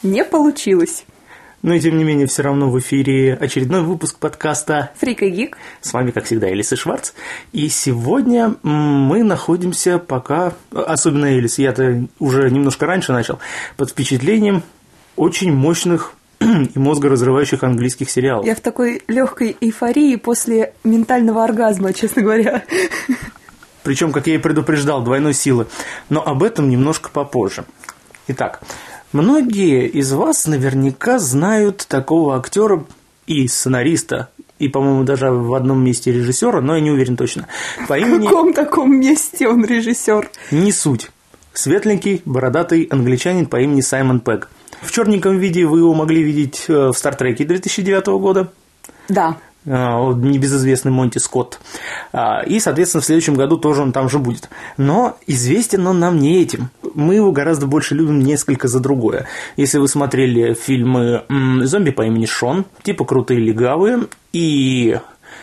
не получилось. Но и тем не менее, все равно в эфире очередной выпуск подкаста «Фрик и Гик». С вами, как всегда, Элис и Шварц. И сегодня мы находимся пока, особенно Элис, я-то уже немножко раньше начал, под впечатлением очень мощных и мозгоразрывающих английских сериалов. Я в такой легкой эйфории после ментального оргазма, честно говоря. Причем, как я и предупреждал, двойной силы. Но об этом немножко попозже. Итак, многие из вас наверняка знают такого актера и сценариста, и, по-моему, даже в одном месте режиссера, но я не уверен точно. По имени... В каком таком месте он режиссер? Не суть. Светленький, бородатый англичанин по имени Саймон Пегг. В черненьком виде вы его могли видеть в «Стартреке» 2009 года. Да. Небезызвестный Монти Скотт. И, соответственно, в следующем году тоже он там же будет. Но известен он нам не этим. Мы его гораздо больше любим несколько за другое. Если вы смотрели фильмы «Зомби по имени Шон», типа «Крутые легавые» и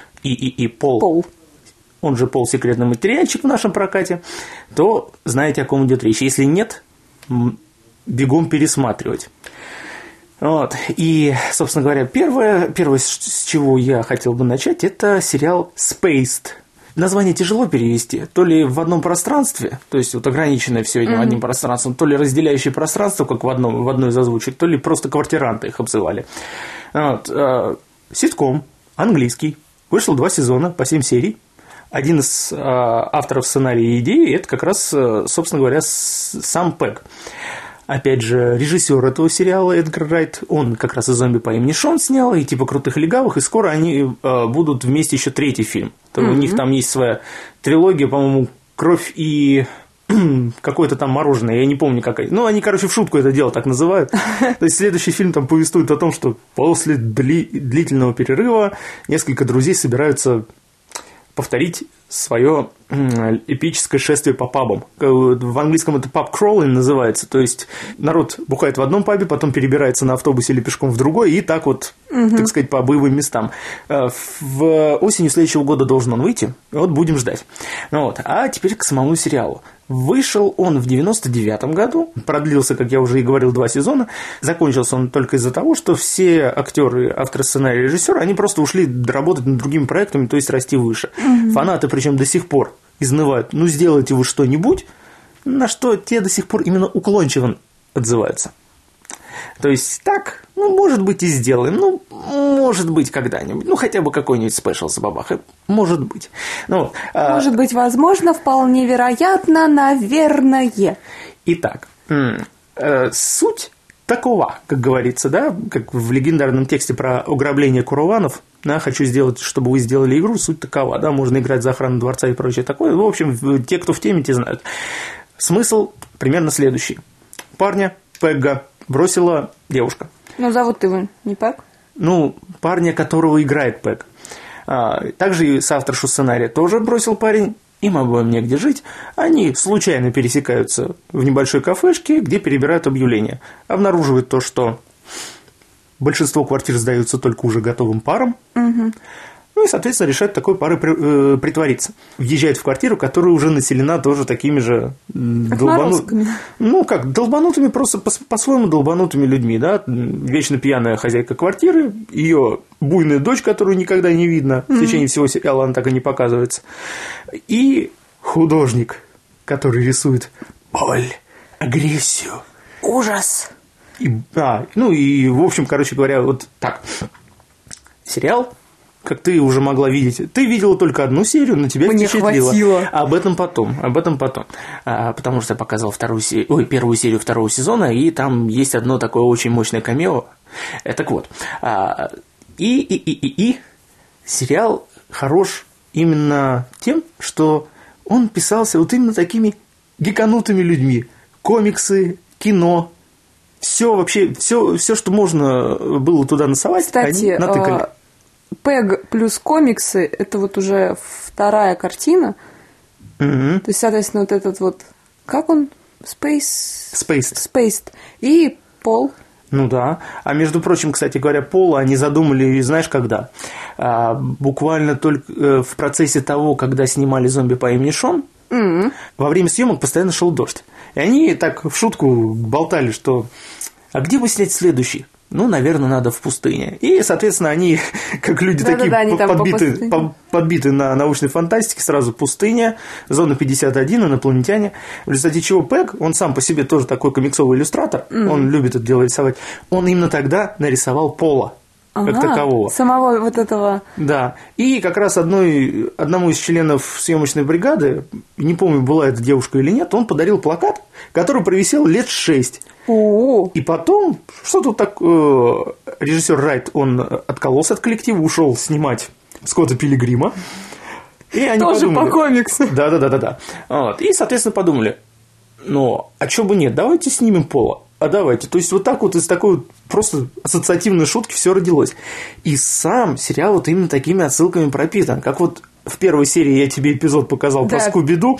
«Пол», он же «Пол. Секретный материальчик» в нашем прокате, то знаете, о ком идет речь. Если нет, бегом пересматривать. Вот. И, собственно говоря, первое, с чего я хотел бы начать, это сериал «Spaced». Название тяжело перевести. То ли в одном пространстве, то есть вот ограниченное все этим одним пространством, то ли разделяющее пространство, как в одной из озвучек, то ли просто квартиранты их обзывали. Вот. Ситком английский. Вышло 2 сезона по 7 серий. Один из авторов сценария и идеи – это как раз, собственно говоря, сам Пегг. Опять же, режиссер этого сериала Эдгар Райт, он как раз и «Зомби по имени Шон» снял, и типа «Крутых легавых», и скоро они будут вместе еще 3-й фильм. У них там есть своя трилогия, по-моему, «Кровь и какое-то там мороженое», я не помню какая. Ну, они, короче, в шутку это дело так называют. То есть следующий фильм там повествует о том, что после длительного перерыва несколько друзей собираются повторить свое эпическое шествие по пабам. В английском это pub crawling называется, то есть народ бухает в одном пабе, потом перебирается на автобусе или пешком в другой, и так вот, так сказать, по боевым местам. В осенью следующего года должен он выйти, вот будем ждать. Вот. А теперь к самому сериалу. Вышел он в 99-м году, продлился, как я уже и говорил, 2 сезона. Закончился он только из-за того, что все актеры, авторы сценария и режиссеры, они просто ушли работать над другими проектами, то есть расти выше. Фанаты, причем до сих пор изнывают: ну, сделайте вы что-нибудь, на что те до сих пор именно уклончиво отзываются. То есть так, ну, может быть, и сделаем, ну, может быть, когда-нибудь, ну, хотя бы какой-нибудь спешл с бабахой, может быть. Ну, может быть, возможно, вполне вероятно, наверное. Итак, суть такова, как говорится, да, как в легендарном тексте про ограбление караванов, да, хочу сделать, чтобы вы сделали игру, суть такова, да, можно играть за охрану дворца и прочее такое. В общем, те, кто в теме, те знают. Смысл примерно следующий. Парня Пегга бросила девушка. Ну, зовут его не Пегг? Ну, парня, которого играет Пегг. Также и соавторшу сценария тоже бросил парень. Им обоим негде жить. Они случайно пересекаются в небольшой кафешке, где перебирают объявления. Обнаруживают то, что большинство квартир сдаются только уже готовым парам. Ну и, соответственно, решают такой парой притвориться. Въезжают в квартиру, которая уже населена тоже такими же долбанутыми. Ну, как, долбанутыми, просто по-своему долбанутыми людьми, да. Вечно пьяная хозяйка квартиры, ее буйная дочь, которую никогда не видно, в течение всего сериала она так и не показывается. И художник, который рисует боль, агрессию, ужас. Ну и, в общем, короче говоря, вот так. Сериал, как ты уже могла видеть, ты видела только одну серию, но тебя впечатлило. Хватило. Об этом потом. Потому что я показал первую серию 2-го сезона, и там есть одно такое очень мощное камео. Так вот. Сериал хорош именно тем, что он писался вот именно такими гиканутыми людьми. Комиксы, кино, все вообще, все, что можно было туда насовать, кстати, они натыкали. Пегг плюс комиксы – это вот уже 2-я картина. То есть, соответственно, вот этот вот, как он? Spaced. И Пол. Ну да. А между прочим, кстати говоря, Пола они задумали, знаешь, когда? Буквально только в процессе того, когда снимали «Зомби по имени Шон», во время съемок постоянно шел дождь. И они так в шутку болтали, что а где бы снять следующий? Ну, наверное, надо в пустыне. И, соответственно, они, как люди подбиты на научной фантастике, сразу пустыня, зона 51, инопланетяне. В результате чего Пэг, он сам по себе тоже такой комиксовый иллюстратор, он любит это дело рисовать, он именно тогда нарисовал Пола. Как такового. Самого вот этого. Да. И как раз одному из членов съемочной бригады, не помню, была это девушка или нет, он подарил плакат, который провисел лет 6. О-о-о. И потом, что тут так, режиссер Райт, он откололся от коллектива, ушел снимать Скотта Пилигрима. И они тоже подумали, по комиксу. Да. Вот. И, соответственно, подумали, ну, а чё бы нет, давайте снимем Пола. А давайте. То есть, вот так вот из такой вот просто ассоциативной шутки все родилось. И сам сериал вот именно такими отсылками пропитан. Как вот в первой серии я тебе эпизод показал про Скуби-Ду.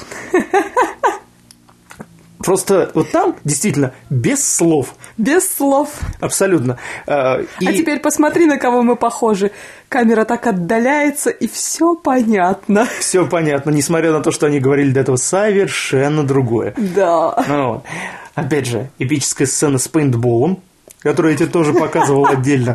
Просто вот там действительно без слов. Без слов. Абсолютно. А теперь посмотри, на кого мы похожи. Камера так отдаляется, и все понятно. Все понятно, несмотря на то, что они говорили до этого совершенно другое. Да. Вот. Опять же, эпическая сцена с пейнтболом, которую я тебе тоже показывал отдельно.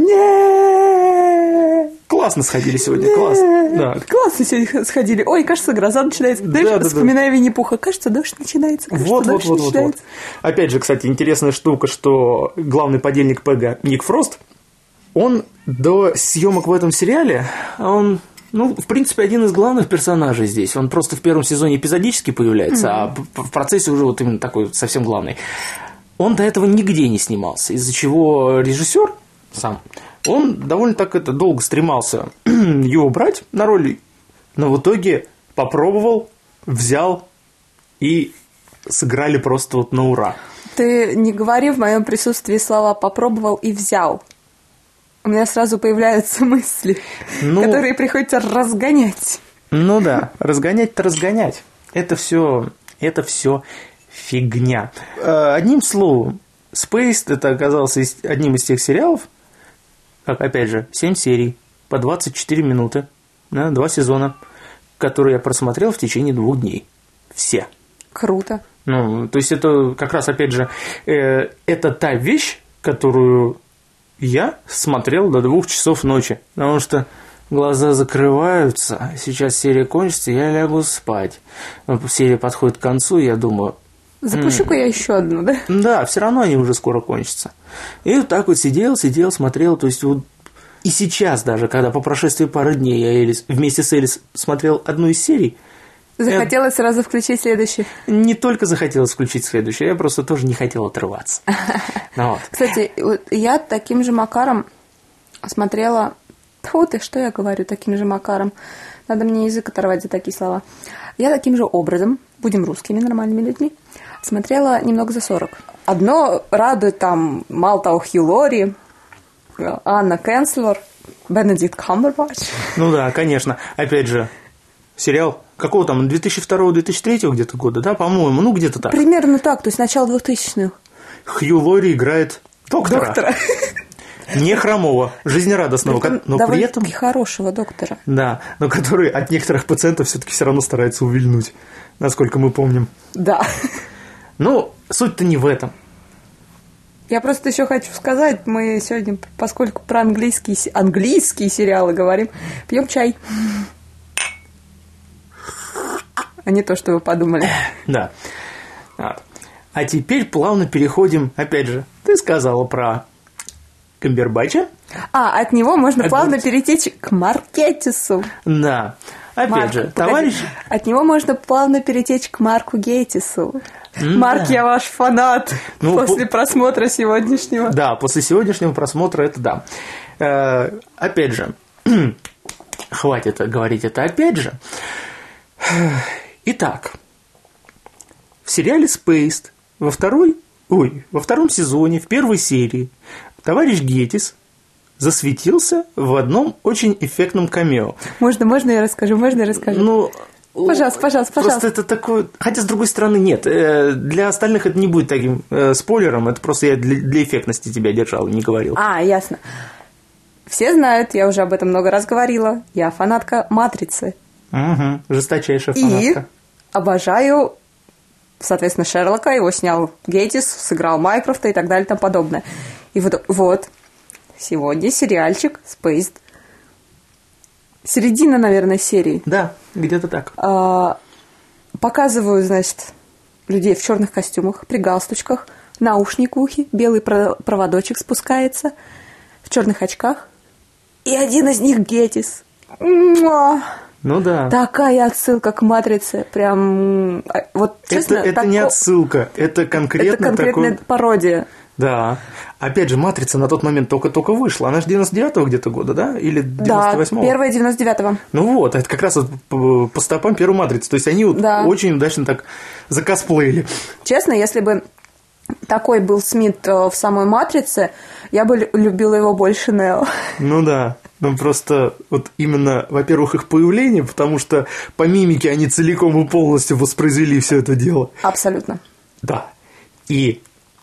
Классно сходили сегодня, классно. Да. Классно сегодня сходили. Ой, кажется, гроза начинается. Знаешь, вспоминая Винни-Пуха, кажется, дождь начинается. Вот. Опять же, кстати, интересная штука, что главный подельник Пэга Ник Фрост, он до съемок в этом сериале, он... Ну, в принципе, один из главных персонажей здесь. Он просто в первом сезоне эпизодически появляется, а в процессе уже вот именно такой совсем главный. Он до этого нигде не снимался, из-за чего режиссер сам, он довольно так долго стремался его брать на роль, но в итоге попробовал, взял и сыграли просто вот на ура. Ты не говори в моем присутствии слова «попробовал» и «взял». У меня сразу появляются мысли, которые приходится разгонять. Ну да, разгонять-то разгонять. Это все фигня. Одним словом, Spaced это оказался одним из тех сериалов, как, опять же, 7 серий по 24 минуты, 2 сезона, которые я просмотрел в течение 2 дней. Все. Круто. Ну, то есть это как раз, опять же, это та вещь, которую я смотрел до 2 часов ночи, потому что глаза закрываются, сейчас серия кончится, я лягу спать. Серия подходит к концу, я думаю... Запущу-ка я еще одну, да? Да, все равно они уже скоро кончатся. И вот так вот сидел, смотрел, то есть вот... И сейчас даже, когда по прошествии пары дней я вместе с Элис смотрел одну из серий... Захотелось сразу включить следующий. Не только захотелось включить следующий, я просто тоже не хотел отрываться. Кстати, я таким же макаром смотрела... Тьфу ты, что я говорю таким же макаром? Надо мне язык оторвать за такие слова. Я таким же образом, будем русскими, нормальными людьми, смотрела «Немного за 40». Одно радует там Малтау Хью Лори, Анна Кенслер, Бенедикт Камбербэтч. Ну да, конечно. Опять же, сериал какого там, 2002-2003 где-то года, да, по-моему, ну где-то так. Примерно так, то есть начало 2000-х. Хью Лори играет доктора. Не хромого, жизнерадостного, но при этом... хорошего доктора. Да, но который от некоторых пациентов все-таки все равно старается увильнуть, насколько мы помним. Да. Ну, суть-то не в этом. Я просто еще хочу сказать, мы сегодня, поскольку про английские сериалы говорим, пьем чай. А не то, что вы подумали. Да. А теперь плавно переходим, опять же, ты сказала про Камбербэтча. От него можно плавно перейти к Маркетису. Да. Опять же, товарищ... От него можно плавно перейти к Марку Гейтису. Марк, я ваш фанат после просмотра сегодняшнего. Да, после сегодняшнего просмотра это да. Опять же, хватит говорить это опять же. Итак, в сериале Spaced во втором сезоне, в первой серии, товарищ Геттис засветился в одном очень эффектном камео. Можно я расскажу? Ну, пожалуйста. Просто это такое... Хотя, с другой стороны, нет. Для остальных это не будет таким спойлером. Это просто я для эффектности тебя держал, не говорил. Ясно. Все знают, я уже об этом много раз говорила. Я фанатка «Матрицы». Угу, жесточайшая фанатка. И обожаю соответственно, Шерлока, его снял Гейтис, сыграл Майкрофта и так далее и тому подобное. И вот сегодня сериальчик Spaced. Середина, наверное, серии. Да, где-то так. Показывают, значит, людей в черных костюмах, при галстучках, наушник в ухе, белый проводочек спускается, в черных очках. И один из них Гейтис. Ну да. Такая отсылка к «Матрице». Прям, вот честно... Это не отсылка, это конкретная пародия. Да. Опять же, «Матрица» на тот момент только-только вышла. Она же 99-го где-то года, да? Или 98-го? Да, первая 99-го. Ну вот, это как раз вот по стопам первой «Матрицы». То есть они очень удачно так закосплеили. Честно, если бы такой был Смит в самой «Матрице», я бы любила его больше Нео. Ну да. Ну, просто вот именно, во-первых, их появление, потому что по мимике они целиком и полностью воспроизвели все это дело. Абсолютно. Да. И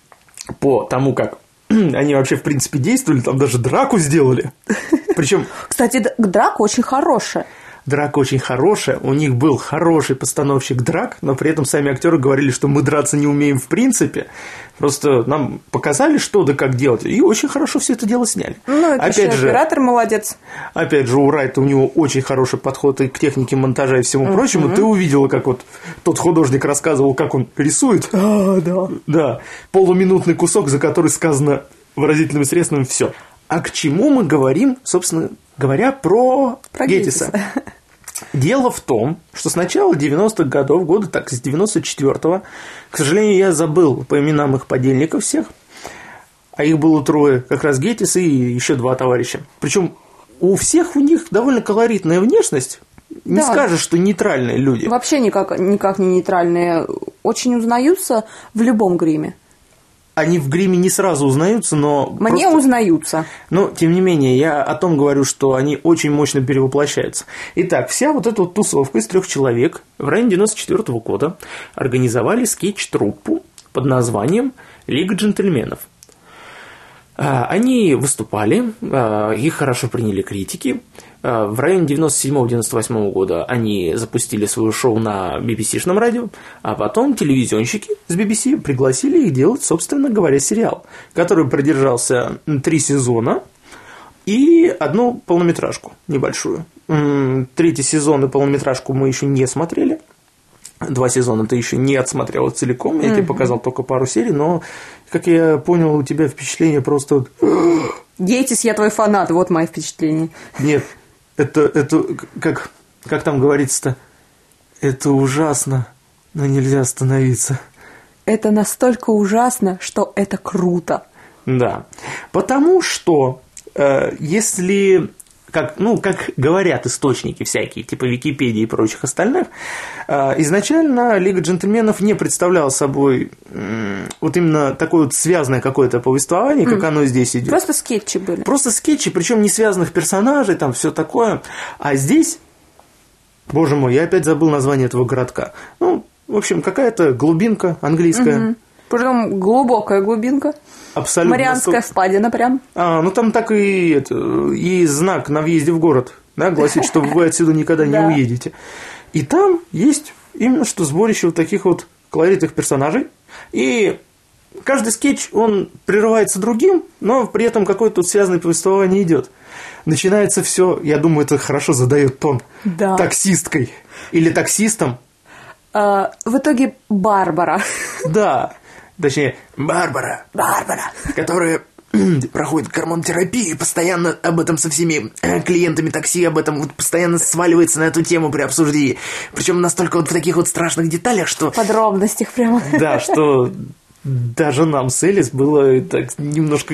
по тому, как они вообще, в принципе, действовали, там даже драку сделали. Причем... Кстати, драка очень хорошая. Драка очень хорошая, у них был хороший постановщик драк, но при этом сами актеры говорили, что мы драться не умеем в принципе. Просто нам показали, что да как делать, и очень хорошо все это дело сняли. Ну, это опять же, оператор молодец. Опять же, у Райта у него очень хороший подход и к технике монтажа и всему прочему. Ты увидела, как вот тот художник рассказывал, как он рисует. Да. Да. Полуминутный кусок, за который сказано выразительными средствами все. А к чему мы говорим, собственно говоря, про Гейтиса? Дело в том, что с начала 90-х годов, года так, с 94-го, к сожалению, я забыл по именам их подельников всех, а их было трое, как раз Гейтис и еще два товарища. Причем у всех у них довольно колоритная внешность, не скажешь, что нейтральные люди. Вообще никак не нейтральные, очень узнаются в любом гриме. Они в гриме не сразу узнаются, но... Мне узнаются. Но, тем не менее, я о том говорю, что они очень мощно перевоплощаются. Итак, вся вот эта вот тусовка из 3 человек в районе 94-го года организовали скетч-труппу под названием «Лига джентльменов». Они выступали, их хорошо приняли критики. В районе 97-98 года они запустили свое шоу на BBC-шном радио, а потом телевизионщики с BBC пригласили их делать, собственно говоря, сериал, который продержался 3 сезона и 1 полнометражку небольшую. 3-й сезон и полнометражку мы еще не смотрели. 2 сезона ты еще не отсмотрела целиком, я тебе показал только пару серий, но, как я понял, у тебя впечатление просто... Гейтис, я твой фанат, вот мои впечатления. Нет, это как там говорится-то, это ужасно, но нельзя остановиться. Это настолько ужасно, что это круто. Да, потому что если... Как говорят источники всякие, типа Википедии и прочих остальных, изначально Лига джентльменов не представляла собой вот именно такое вот связанное какое-то повествование, как оно здесь идет. Просто скетчи были. Просто скетчи, причем не связанных персонажей, там все такое. А здесь, боже мой, я опять забыл название этого городка. Ну, в общем, какая-то глубинка английская. Причем глубокая глубинка. Абсолютно. Марианская впадина прям. Ну там так и знак на въезде в город, да, гласит, что вы отсюда никогда не уедете. И там есть именно что сборище вот таких вот колоритных персонажей. И каждый скетч, он прерывается другим, но при этом какое-то вот связанное повествование идет. Начинается все, я думаю, это хорошо задает тон, таксисткой или таксистом. В итоге Барбара. Да. Точнее, Барбара, которая проходит гормонотерапию и постоянно об этом со всеми клиентами такси, об этом вот постоянно сваливается на эту тему при обсуждении. Причем настолько вот в таких вот страшных деталях, что... В подробностях прямо. Да, что даже нам с Элис было так немножко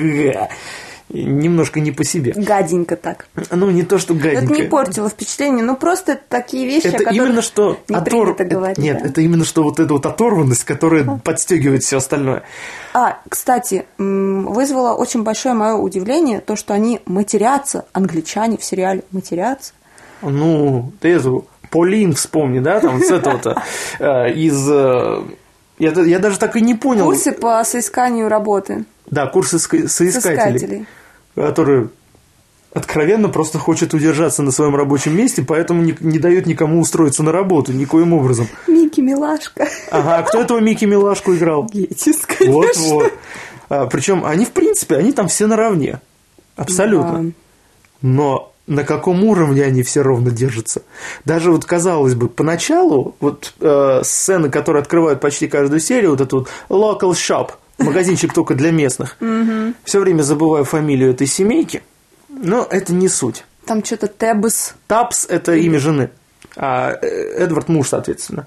не по себе. Гаденько так. Ну, не то, что гаденько. Это не портило впечатление, ну, просто такие вещи, это о которых именно что не принято говорить. Нет, это именно что вот эта вот оторванность, которая подстегивает все остальное. Кстати, вызвало очень большое мое удивление то, что они матерятся, англичане в сериале матерятся. Ну, ты эту Полин вспомни, да, там с этого-то, из... Я даже так и не понял. Курсы по соисканию работы. Да, курсы соискателей. Которые откровенно просто хочет удержаться на своем рабочем месте, поэтому не дает никому устроиться на работу никоим образом. Микки Милашка. Ага, а кто этого Микки Милашку играл? Геттис, конечно. Вот. Причем они, в принципе, они там все наравне. Абсолютно. Да. Но на каком уровне они все ровно держатся? Даже вот, казалось бы, поначалу вот сцены, которые открывают почти каждую серию, вот этот вот local shop, магазинчик только для местных, все время забываю фамилию этой семейки, но это не суть. Там что-то Тебс. Табс – это имя жены, а Эдвард – муж, соответственно.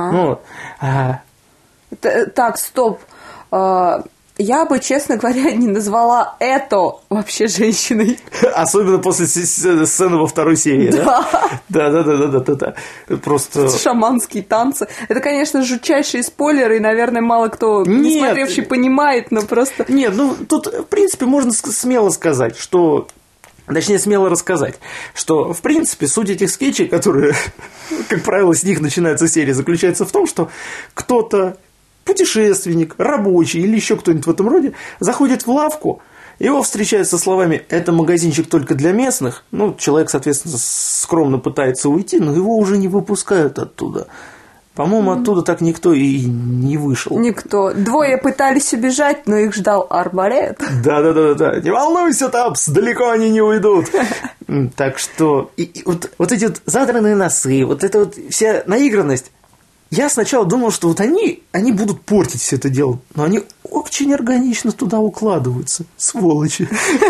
Так, стоп. Я бы, честно говоря, не назвала это вообще женщиной. Особенно после сцены во второй серии, да? Да. Просто... Шаманские танцы. Это, конечно, жутчайшие спойлеры, и, наверное, мало кто, не смотревший, понимает, но просто... Нет, ну, тут, в принципе, можно смело сказать, что... Точнее, смело рассказать, что, в принципе, суть этих скетчей, которые, как правило, с них начинается серия, заключается в том, что кто-то, путешественник, рабочий или еще кто-нибудь в этом роде, заходит в лавку, его встречают со словами «это магазинчик только для местных», ну, человек, соответственно, скромно пытается уйти, но его уже не выпускают оттуда. По-моему, оттуда так никто и не вышел. Никто. Двое пытались убежать, но их ждал арбалет. Да. Не волнуйся, Табс, далеко они не уйдут. Так что вот эти вот задранные носы, вот эта вот вся наигранность. Я сначала думал, что вот они будут портить все это дело, но они очень органично туда укладываются, сволочи.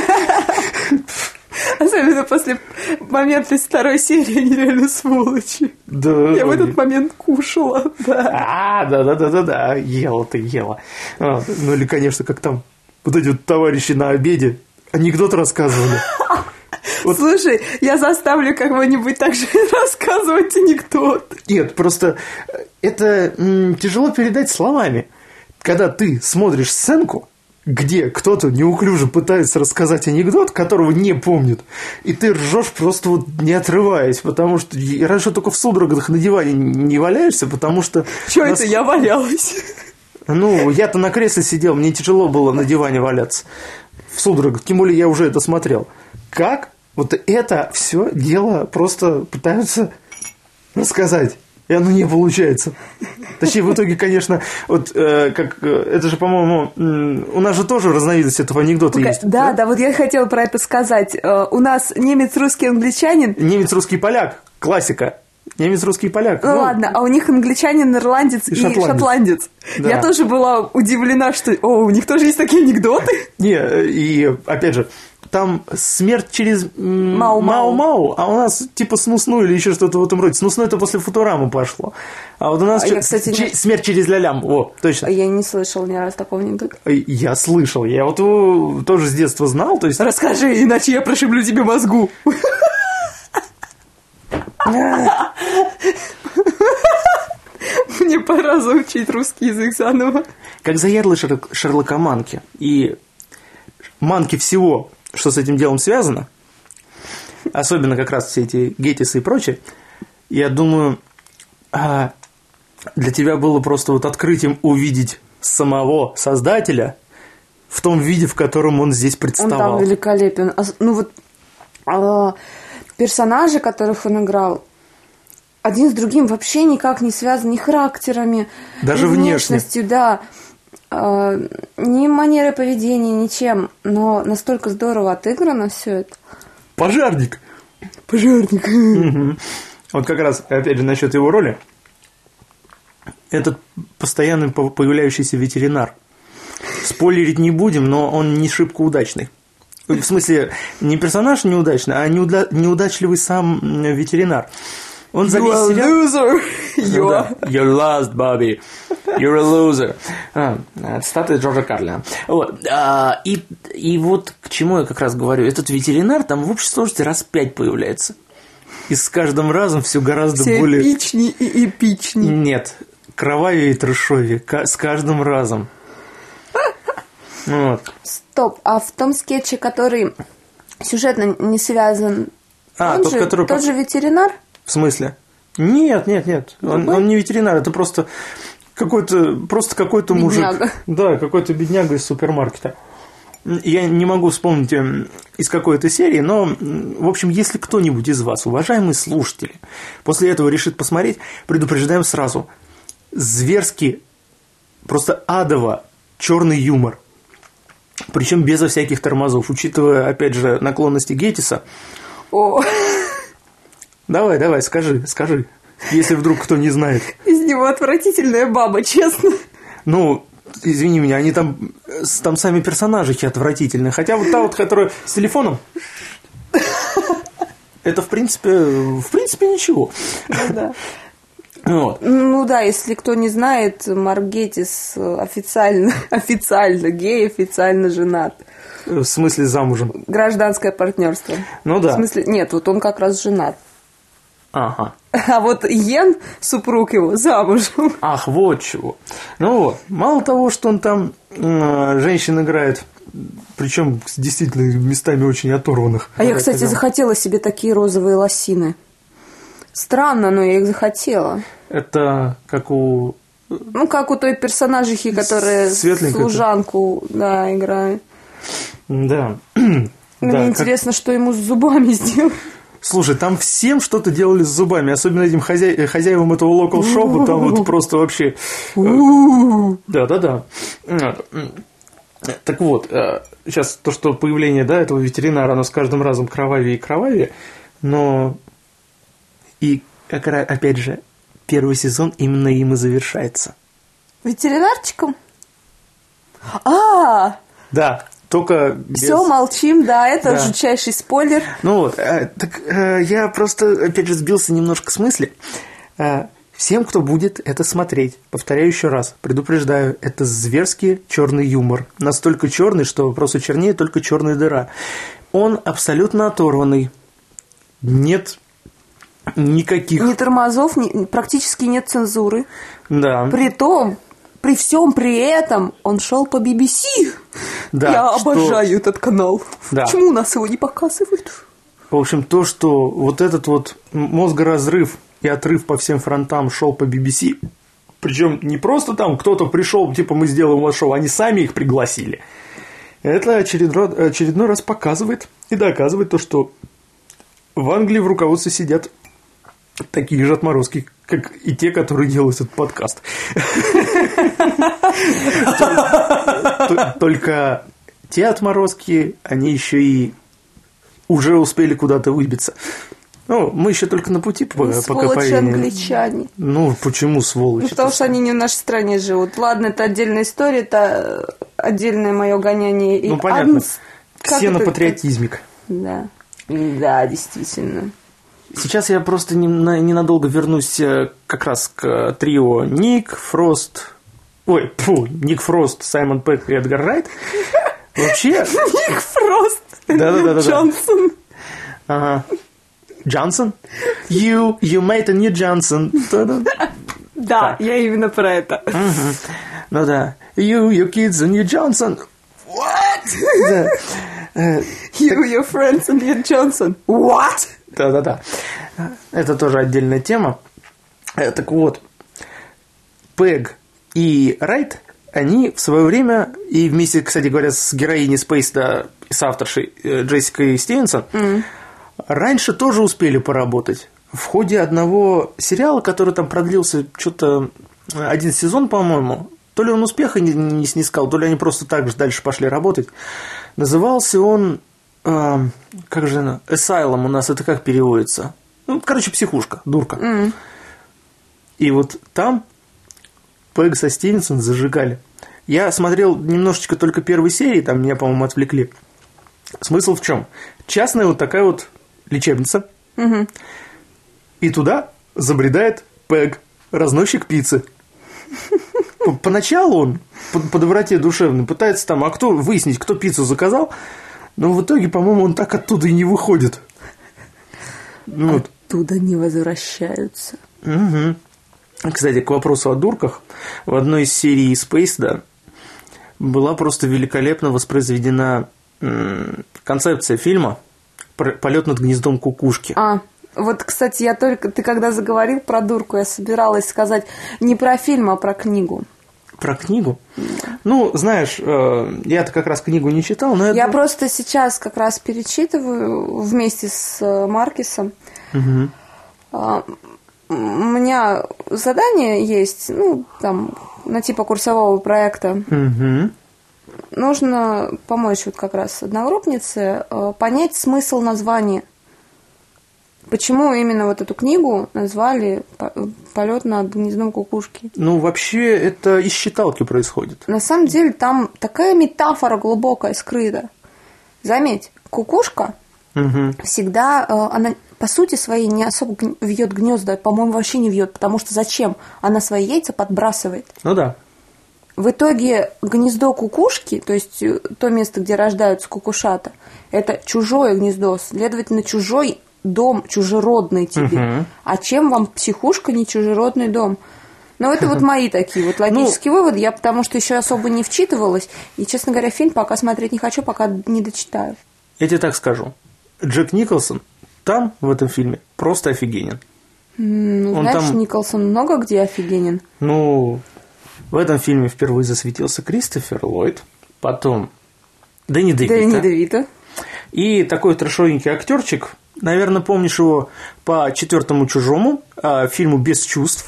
Особенно после момента из второй серии они реально сволочи. Да. Я в этот момент кушала, да. Да, ела. Ну или, конечно, как там вот эти вот товарищи на обеде анекдот рассказывали. Вот. Слушай, я заставлю кого-нибудь так же рассказывать анекдот. Нет, просто это тяжело передать словами. Когда ты смотришь сценку, где кто-то неуклюже пытается рассказать анекдот, которого не помнит, и ты ржешь просто вот не отрываясь, потому что раньше только в судорогах на диване не валяешься, потому что... Чё это я валялась? Ну, я-то на кресле сидел, мне тяжело было на диване валяться в судорогах, тем более я уже это смотрел. Как вот это все дело просто пытаются рассказать, и оно не получается. Точнее, в итоге, конечно, вот как это же, по-моему, у нас же тоже разновидность этого анекдота есть. Да, вот я хотела про это сказать. У нас немец, русский, англичанин. Немец, русский, поляк. Классика. Немец, русский, поляк. Ну ладно, а у них англичанин, ирландец и шотландец. Да. Я тоже была удивлена, что у них тоже есть такие анекдоты. Не, и опять же, там смерть через Мау-Мау, а у нас типа Снусну или еще что-то в этом роде. Снусну это после Футурамы пошло. А вот у нас смерть через Лялям. О, точно. Я не слышал ни разу такого анекдота. Я слышал. Я вот его тоже с детства знал. То есть... Расскажи, иначе я прошиблю тебе мозгу. Мне пора заучить русский язык заново. Как заядлый шерлокоманки и манки всего, что с этим делом связано, особенно как раз все эти Геттисы и прочее, я думаю, для тебя было просто вот открытием увидеть самого создателя в том виде, в котором он здесь представал. Он там великолепен. Ну вот персонажи, которых он играл, один с другим вообще никак не связан ни характерами, даже ни внешностью, да, ни манерой поведения, ничем, но настолько здорово отыграно все это. Пожарник. Вот как раз, опять же, насчет его роли. Этот постоянно появляющийся ветеринар. Спойлерить не будем, но он не шибко удачный. В смысле, не персонаж неудачный, а неудачливый сам ветеринар. Он за весь сериал... You're lost, Bobby. You're a loser. Цитата Джорджа Карлина. Вот. И вот к чему я как раз говорю. Этот ветеринар там в общей сложности раз 5 появляется. И с каждым разом все гораздо более... эпичнее и эпичнее. Нет. Кровавее и трэшовее. С каждым разом. Вот. Стоп. А в том скетче, который сюжетно не связан, тот же ветеринар? В смысле? Нет. Он не ветеринар, это просто какой-то мужик. Да, какой-то бедняга из супермаркета. Я не могу вспомнить, из какой это серии, но, в общем, если кто-нибудь из вас, уважаемые слушатели, после этого решит посмотреть, предупреждаем сразу. Зверски, просто адово черный юмор. Причем безо всяких тормозов, учитывая, опять же, наклонности Геттиса. О, Давай, скажи, если вдруг кто не знает. из него отвратительная баба, честно. Ну, извини меня, они там сами персонажи отвратительные. Хотя вот та вот, которая с телефоном, это, в принципе, ничего. Да. Вот. Ну да, если кто не знает, Марк Геттис официально гей, официально женат. В смысле замужем? Гражданское партнерство. Ну да. В смысле, нет, вот он как раз женат. Ага. А вот Йен, супруг его, замужем. Ах, вот чего. Ну вот, мало того, что он там женщин играет, причем действительно местами очень оторванных. А я, кстати, захотела себе такие розовые лосины. Странно, но я их захотела. Это как у... Ну, как у той персонажихи, которая служанку, да, играет. Да. Мне интересно, что ему с зубами сделать. Слушай, там всем что-то делали с зубами, особенно этим хозяевам этого локал-шопа, там вот просто вообще... Да. Так вот, сейчас то, что появление, да, этого ветеринара, оно с каждым разом кровавее и кровавее, но и, опять же, первый сезон именно им и завершается. Ветеринарчиком? Да, только без... Все, молчим, да, это жутчайший спойлер. Ну вот, я просто, опять же, сбился немножко с мысли. Всем, кто будет это смотреть, повторяю еще раз, предупреждаю, это зверский черный юмор. Настолько черный, что просто чернее только черная дыра. Он абсолютно оторванный. Нет никаких... Ни тормозов, практически нет цензуры. Да. При всем при этом он шел по BBC. Да, я обожаю этот канал. Да. Почему у нас его не показывают? В общем, то, что вот этот вот мозгоразрыв и отрыв по всем фронтам шел по BBC, причем не просто там кто-то пришел, типа мы сделаем ваше шоу, они сами их пригласили. Это очередной раз показывает и доказывает то, что в Англии в руководстве сидят такие же отморозки, как и те, которые делают этот подкаст. Только те отморозки, они еще и уже успели куда-то выбиться. Ну, мы еще только на пути пока сволочи англичане. Ну, почему сволочи? Потому что они не в нашей стране живут. Ладно, это отдельная история, это отдельное мое гоняние. Ну, понятно. Ксенопатриотизмик. Да. Да, действительно. Сейчас я просто ненадолго вернусь как раз к трио Ник Фрост, Саймон Пегг и Эдгар Райт. Вообще... Ник Фрост. Да. Джонсон. Ага. Джонсон? You made a new Johnson. Да, я именно про это. Ну да. Your kids a new Johnson. What? Your friends a new Johnson. What? Да. Это тоже отдельная тема. Так вот, Пэг и Райт, они в свое время, и вместе, кстати говоря, с героиней Спейса, с авторшей Джессикой Стивенсон, раньше тоже успели поработать. В ходе одного сериала, который там продлился что-то 1 сезон, по-моему, то ли он успеха не снискал, то ли они просто так же дальше пошли работать. Назывался он... как же она? Asylum у нас это как переводится? Ну, короче, психушка, дурка. И вот там Пэг со Стивенсон зажигали. Я смотрел немножечко только первой серии, там меня, по-моему, отвлекли. Смысл в чем? Частная вот такая вот лечебница. И туда забредает Пэг, разносчик пиццы. Поначалу он по доброте душевной пытается там, выяснить, кто пиццу заказал. Но в итоге, по-моему, он так оттуда и не выходит. Оттуда не возвращаются. Угу. Кстати, к вопросу о дурках. В одной из серий Space, была просто великолепно воспроизведена концепция фильма «Полет над гнездом кукушки». Вот, кстати, ты когда заговорил про дурку, я собиралась сказать не про фильм, а про книгу. Про книгу? Ну, знаешь, я-то как раз книгу не читал, но Я просто сейчас как раз перечитываю вместе с Маркесом. У меня задание есть, ну, там, на типа курсового проекта. Нужно помочь вот как раз одногруппнице понять смысл названия. Почему именно вот эту книгу назвали «Полет над гнездом кукушки»? Ну, вообще, это из считалки происходит. На самом деле, там такая метафора глубокая скрыта. Заметь, кукушка всегда, она по сути своей не особо вьет гнезда, по-моему, вообще не вьет, потому что зачем? Она свои яйца подбрасывает. Ну да. В итоге гнездо кукушки, то есть то место, где рождаются кукушата, это чужое гнездо, следовательно, чужой дом, чужеродный тебе. А чем вам психушка не чужеродный дом? Ну, это вот мои такие вот логические выводы. Я потому что еще особо не вчитывалась. И, честно говоря, фильм пока смотреть не хочу, пока не дочитаю. Я тебе так скажу. Джек Николсон там, в этом фильме, просто офигенен. Ну, знаешь, там... Николсон много где офигенен. Ну, в этом фильме впервые засветился Кристофер Ллойд, потом Дэнни Девито. И такой трэшовенький актерчик, наверное, помнишь его по «Четвертому чужому», фильму «Без чувств».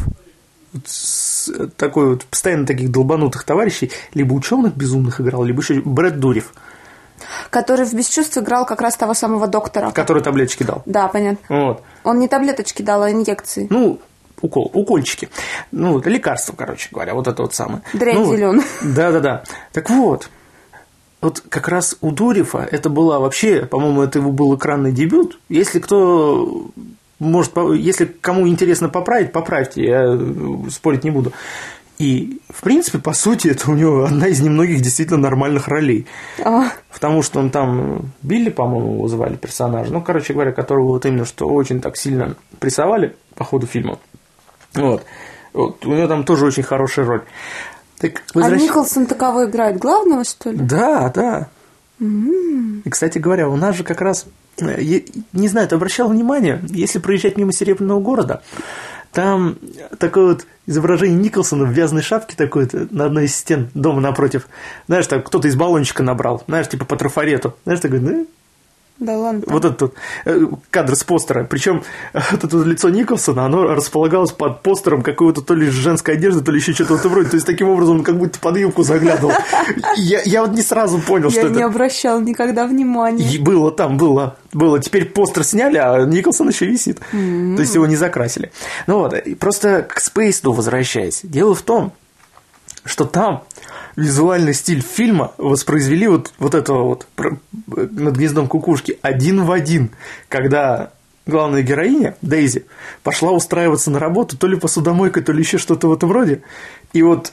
Такой вот постоянно таких долбанутых товарищей, либо ученых безумных играл, либо еще Брэд Дурев. Который в «Без чувств» играл как раз того самого доктора. Который таблеточки дал. Да, понятно. Вот. Он не таблеточки дал, а инъекции. Ну, укольчики. Ну, лекарство, короче говоря, вот это вот самое. Дрянь зелёная. Да. Так вот как раз у Дурефа это была вообще, по-моему, это его был экранный дебют. Если кто может, если кому интересно поправить, поправьте, я спорить не буду. И, в принципе, по сути, это у него одна из немногих действительно нормальных ролей. Потому что он там Билли, по-моему, его звали персонажа, ну, короче говоря, которого вот именно что очень так сильно прессовали по ходу фильма. Вот. У него там тоже очень хорошая роль. Так, А Николсон кого играет? Главного, что ли? Да. И, кстати говоря, у нас же как раз, не знаю, ты обращал внимание, если проезжать мимо Серебряного города, там такое вот изображение Николсона в вязаной шапке такой-то на одной из стен дома напротив. Знаешь, так кто-то из баллончика набрал, знаешь, типа по трафарету. Знаешь, такой, Да ладно. Вот этот кадр с постера. Причем вот это лицо Николсона, оно располагалось под постером какой-то то ли женской одежды, то ли еще что-то в этом роде. То есть, таким образом, он как будто под юбку заглядывал. Я вот не сразу понял, что это. Я не обращал никогда внимания. И было. Теперь постер сняли, а Николсон еще висит. То есть, его не закрасили. Ну вот, просто к Спейсу возвращаясь. Дело в том, что там визуальный стиль фильма воспроизвели вот этого вот «Над гнездом кукушки» один в один, когда главная героиня, Дейзи, пошла устраиваться на работу то ли посудомойкой, то ли еще что-то в этом роде, и вот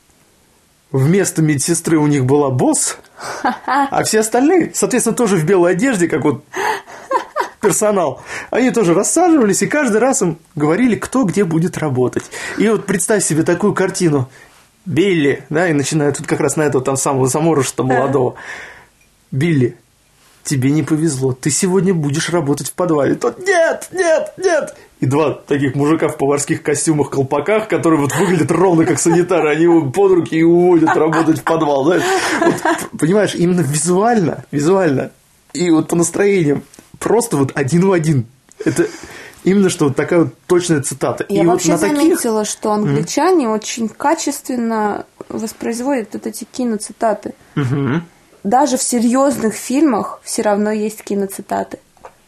вместо медсестры у них была босс, а все остальные, соответственно, тоже в белой одежде, как вот персонал, они тоже рассаживались, и каждый раз им говорили, кто где будет работать. И вот представь себе такую картину. Билли, да, и начинают тут как раз на этого там самого заморыша-то молодого. Билли, тебе не повезло, ты сегодня будешь работать в подвале. Тот, нет. И два таких мужика в поварских костюмах, колпаках, которые вот выглядят ровно как санитары, они его под руки и уводят работать в подвал. Да? Вот, понимаешь, именно визуально, и вот по настроениям, просто вот один в один. Это... Именно что вот такая вот точная цитата. Я и вообще вот заметила, что англичане очень качественно воспроизводят вот эти киноцитаты. Даже в серьезных фильмах все равно есть киноцитаты.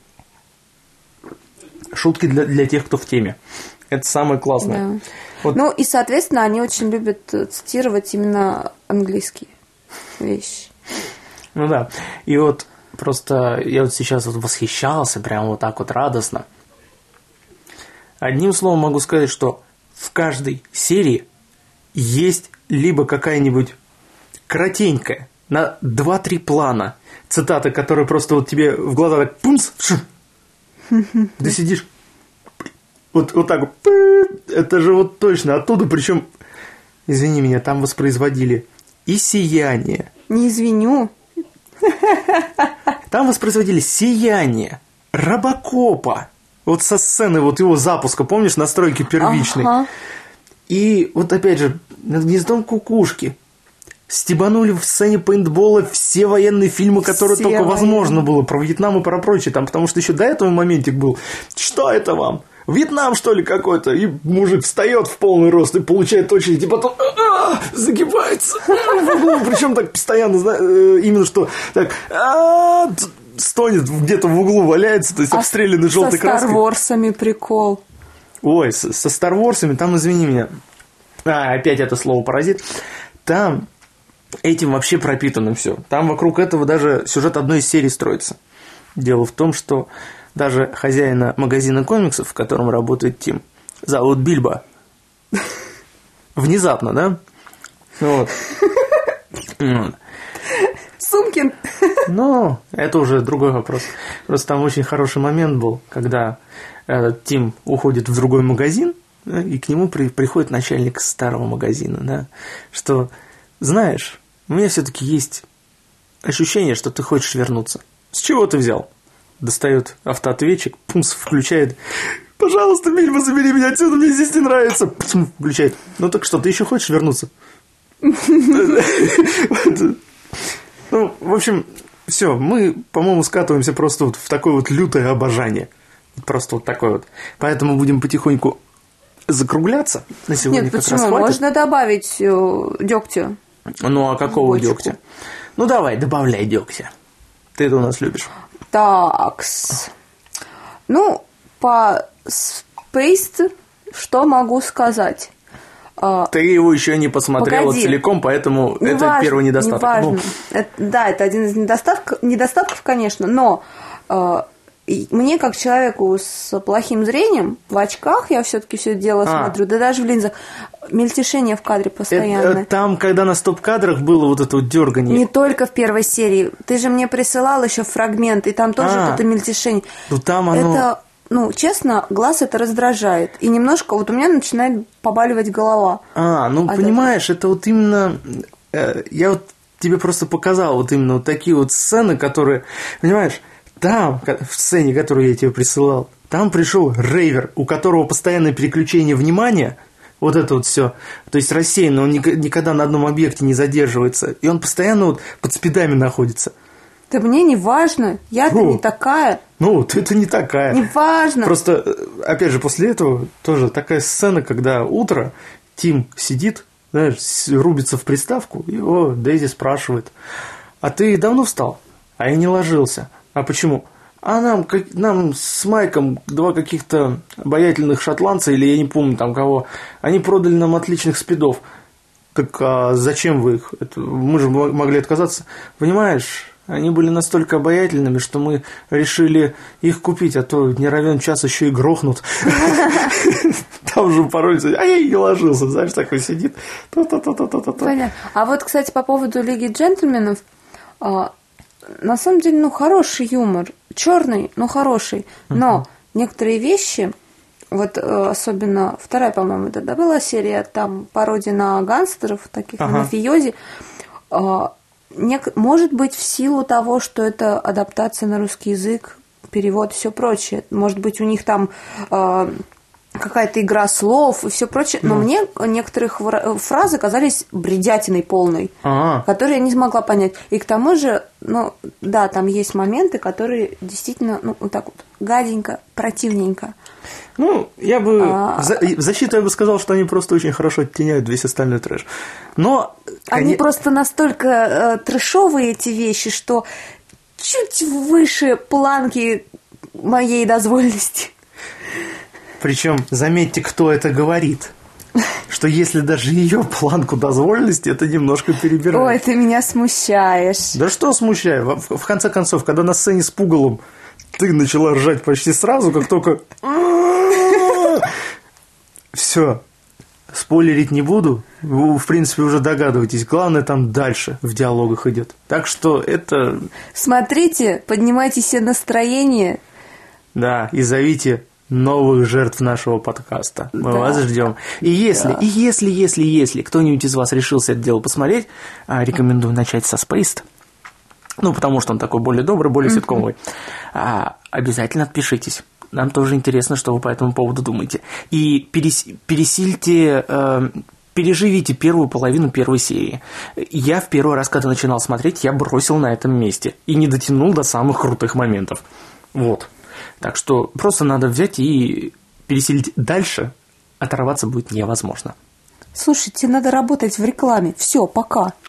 Шутки для тех, кто в теме. Это самое классное. Да. Вот. Ну и, соответственно, они очень любят цитировать именно английские вещи. Ну да. И вот просто я вот сейчас вот восхищался прям вот так вот радостно. Одним словом могу сказать, что в каждой серии есть либо какая-нибудь коротенькая, на 2-3 плана цитата, которая просто вот тебе в глаза так пумс, ты сидишь вот так вот, это же вот точно оттуда, причем, извини меня, там воспроизводили и «Сияние». Не извиню. Там воспроизводили «Сияние», «Робокопа». Вот со сцены вот его запуска, помнишь, настройки первичной. Ага. И вот опять же, над гнездом кукушки стебанули в сцене пейнтбола все военные фильмы, которые Все только военные. возможно было, про Вьетнам и про прочее, там, потому что еще до этого моментик был. Что это вам? Вьетнам, что ли, какой-то? И мужик встает в полный рост и получает очередь, и потом загибается в углу, причем так постоянно, именно что так стонет, где-то в углу валяется, то есть обстрелянный желтой краской. Со Star Wars'ами прикол. Ой, со Star Wars'ами, там, извини меня, опять это слово паразит, там этим вообще пропитано все. Там вокруг этого даже сюжет одной из серий строится. Дело в том, что даже хозяина магазина комиксов, в котором работает Тим, зовут Бильбо. Внезапно, да? Вот. Сумкин. Но это уже другой вопрос. Просто там очень хороший момент был, когда Тим уходит в другой магазин, да, и к нему приходит начальник старого магазина, да, что, знаешь, у меня все-таки есть ощущение, что ты хочешь вернуться. С чего ты взял? Достает автоответчик, пумс, включает. Пожалуйста, Бильбо, забери меня отсюда, мне здесь не нравится. Пум, включает. Ну так что, ты еще хочешь вернуться? Ну, в общем, все, мы, по-моему, скатываемся просто вот в такое вот лютое обожание. Просто вот такое вот. Поэтому будем потихоньку закругляться. На сегодня. Нет, как почему? раз хватит. Можно добавить дегтя. Ну, а какого Бочку. дегтя? Ну, давай, добавляй дегтя. Ты это у нас любишь. Такс. Ну, по Spaced что могу сказать? Ты его еще не посмотрела Погоди. целиком, поэтому Не это важно, первый недостаток. Не важно. Ну, Да, это один из недостатков, конечно, но мне, как человеку с плохим зрением, в очках я все-таки все это дело смотрю, да даже в линзах, мельтешение в кадре постоянно. Там, когда на стоп-кадрах было вот это вот дергание. Не только в первой серии. Ты же мне присылал еще фрагмент, и там тоже вот это мельтешение. Ну, там оно... Это, ну, честно, глаз это раздражает. И немножко вот у меня начинает побаливать голова. Понимаешь, это вот именно... Я вот тебе просто показал вот именно вот такие вот сцены, которые... Понимаешь, там, в сцене, которую я тебе присылал, там пришел рейвер, у которого постоянное переключение внимания, вот это вот все, то есть рассеянно, он никогда на одном объекте не задерживается, и он постоянно вот под спидами находится. Да мне не важно, я-то не такая. Ну, ты-то не такая. Не важно. Просто, опять же, после этого тоже такая сцена, когда утро, Тим сидит, знаешь, рубится в приставку, и его Дейзи спрашивает: а ты давно встал? А я не ложился. А почему? А нам с Майком два каких-то обаятельных шотландца, или я не помню там кого, они продали нам отличных спидов. Так а зачем вы их? Мы же могли отказаться. Понимаешь, они были настолько обаятельными, что мы решили их купить, а то не равен час еще и грохнут. Там же пароль, а я и не ложился, знаешь, такой сидит. Понятно. А вот, кстати, по поводу Лиги джентльменов, на самом деле, хороший юмор. Черный, но хороший. Но некоторые вещи, вот особенно вторая, по-моему, это была серия, там пародия на гангстеров, таких на мафиози, может быть, в силу того, что это адаптация на русский язык, перевод и все прочее. Может быть, у них там какая-то игра слов и все прочее. Но мне некоторые фразы казались бредятиной полной, которые я не смогла понять. И к тому же, да, там есть моменты, которые действительно, вот так вот, гаденько, противненько. Я бы в защиту я бы сказал, что они просто очень хорошо оттеняют весь остальной трэш. Но они просто настолько трэшовые, эти вещи, что чуть выше планки моей дозволенности. Причем, заметьте, кто это говорит. Что если даже ее планку дозволенности, это немножко перебирает. Ой, ты меня смущаешь. Да что смущаю? В конце концов, когда на сцене с Пугалом ты начала ржать почти сразу, как только... Все. Спойлерить не буду. Вы, в принципе, уже догадываетесь. Главное, там дальше в диалогах идет. Так что это... Смотрите, поднимайте себе настроение. Да, и зовите новых жертв нашего подкаста. Мы вас ждем. И если кто-нибудь из вас решился это дело посмотреть, рекомендую начать со Spaced. Потому что он такой более добрый, более ситкомовый. Обязательно отпишитесь. Нам тоже интересно, что вы по этому поводу думаете. И пересильте... переживите первую половину первой серии. Я в первый раз, когда начинал смотреть, я бросил на этом месте и не дотянул до самых крутых моментов. Вот. Так что просто надо взять и пересилить дальше, оторваться будет невозможно. Слушайте, надо работать в рекламе. Все, пока.